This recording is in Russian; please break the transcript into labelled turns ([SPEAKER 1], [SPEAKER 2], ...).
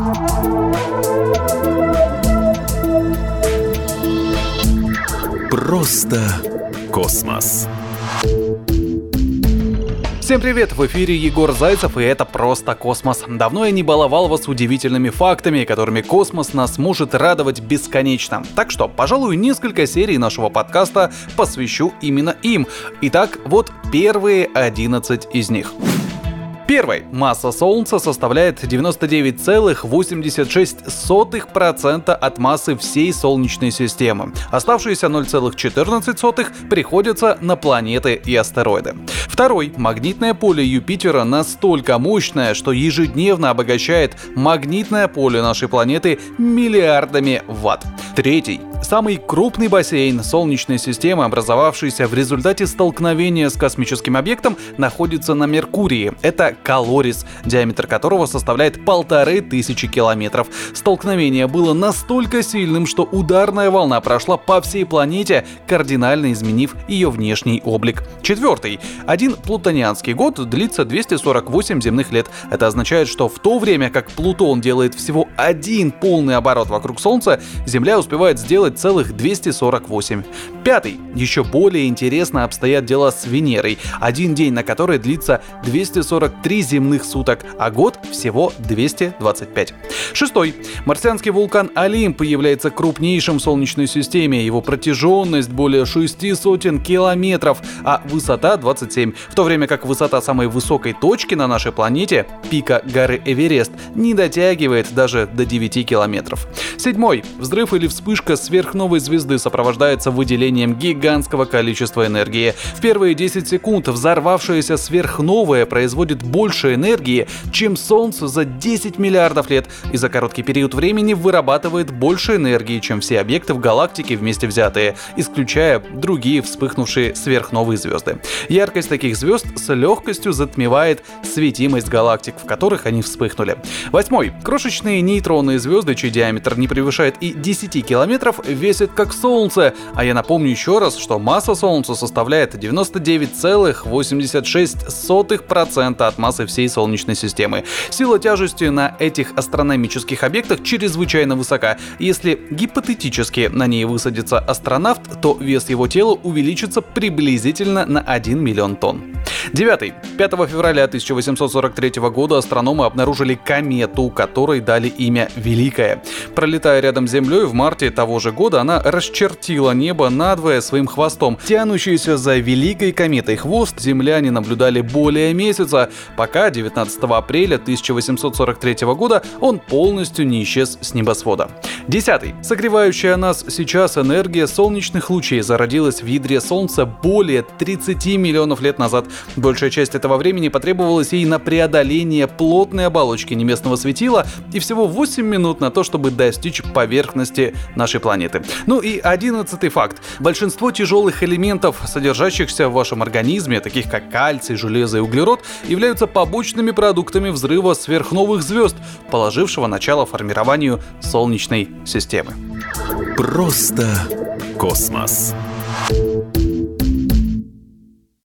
[SPEAKER 1] Просто космос.
[SPEAKER 2] Всем привет! В эфире Егор Зайцев, и это «Просто космос». Давно я не баловал вас удивительными фактами, которыми космос нас может радовать бесконечно. Так что, пожалуй, несколько серий нашего подкаста посвящу именно им. Итак, вот первые 11 из них. Первый. Масса Солнца составляет 99,86% от массы всей Солнечной системы. Оставшиеся 0,14 приходятся на планеты и астероиды. Второй. Магнитное поле Юпитера настолько мощное, что ежедневно обогащает магнитное поле нашей планеты миллиардами ватт. Третий. Самый крупный бассейн Солнечной системы, образовавшийся в результате столкновения с космическим объектом, находится на Меркурии. Это Колорис, диаметр которого составляет 1500 километров. Столкновение было настолько сильным, что ударная волна прошла по всей планете, кардинально изменив ее внешний облик. Четвертый. Один плутонианский год длится 248 земных лет. Это означает, что в то время как Плутон делает всего один полный оборот вокруг Солнца, Земля успевает сделать целых 248. Пятый. Еще более интересно обстоят дела с Венерой. Один день на которой длится 243 земных суток, а год всего 225. Шестой. Марсианский вулкан Олимп является крупнейшим в Солнечной системе. Его протяженность более 600 километров, а высота 27. В то время как высота самой высокой точки на нашей планете, пика горы Эверест, не дотягивает даже до 9 километров. Седьмой. Взрыв или вспышка сверхновой звезды сопровождается выделением гигантского количества энергии. В первые 10 секунд взорвавшаяся сверхновая производит больше энергии, чем Солнце за 10 миллиардов лет, и за короткий период времени вырабатывает больше энергии, чем все объекты в галактике вместе взятые, исключая другие вспыхнувшие сверхновые звезды. Яркость таких звезд с легкостью затмевает светимость галактик, в которых они вспыхнули. Восьмой. Крошечные нейтронные звезды, чей диаметр не превышает и 10 километров, весят как Солнце, а я напомню еще раз, что масса Солнца составляет 99,86% от массы всей Солнечной системы. Сила тяжести на этих астрономических объектах чрезвычайно высока. Если гипотетически на ней высадится астронавт, то вес его тела увеличится приблизительно на 1 миллион тонн. Девятый. 5 февраля 1843 года астрономы обнаружили комету, которой дали имя Великая. Пролетая рядом с Землей в марте того же года, она расчертила небо надвое своим хвостом. Тянущийся за Великой кометой хвост земляне наблюдали более месяца, пока 19 апреля 1843 года он полностью не исчез с небосвода. 10. Согревающая нас сейчас энергия солнечных лучей зародилась в ядре Солнца более 30 миллионов лет назад. Большая часть этого времени потребовалась ей на преодоление плотной оболочки небесного светила и всего 8 минут на то, чтобы достичь поверхности нашей планеты. Ну и 11-й факт. Большинство тяжелых элементов, содержащихся в вашем организме, таких как кальций, железо и углерод, являются побочными продуктами взрыва сверхновых звезд, положившего начало формированию Солнечной системы.
[SPEAKER 1] Просто космос.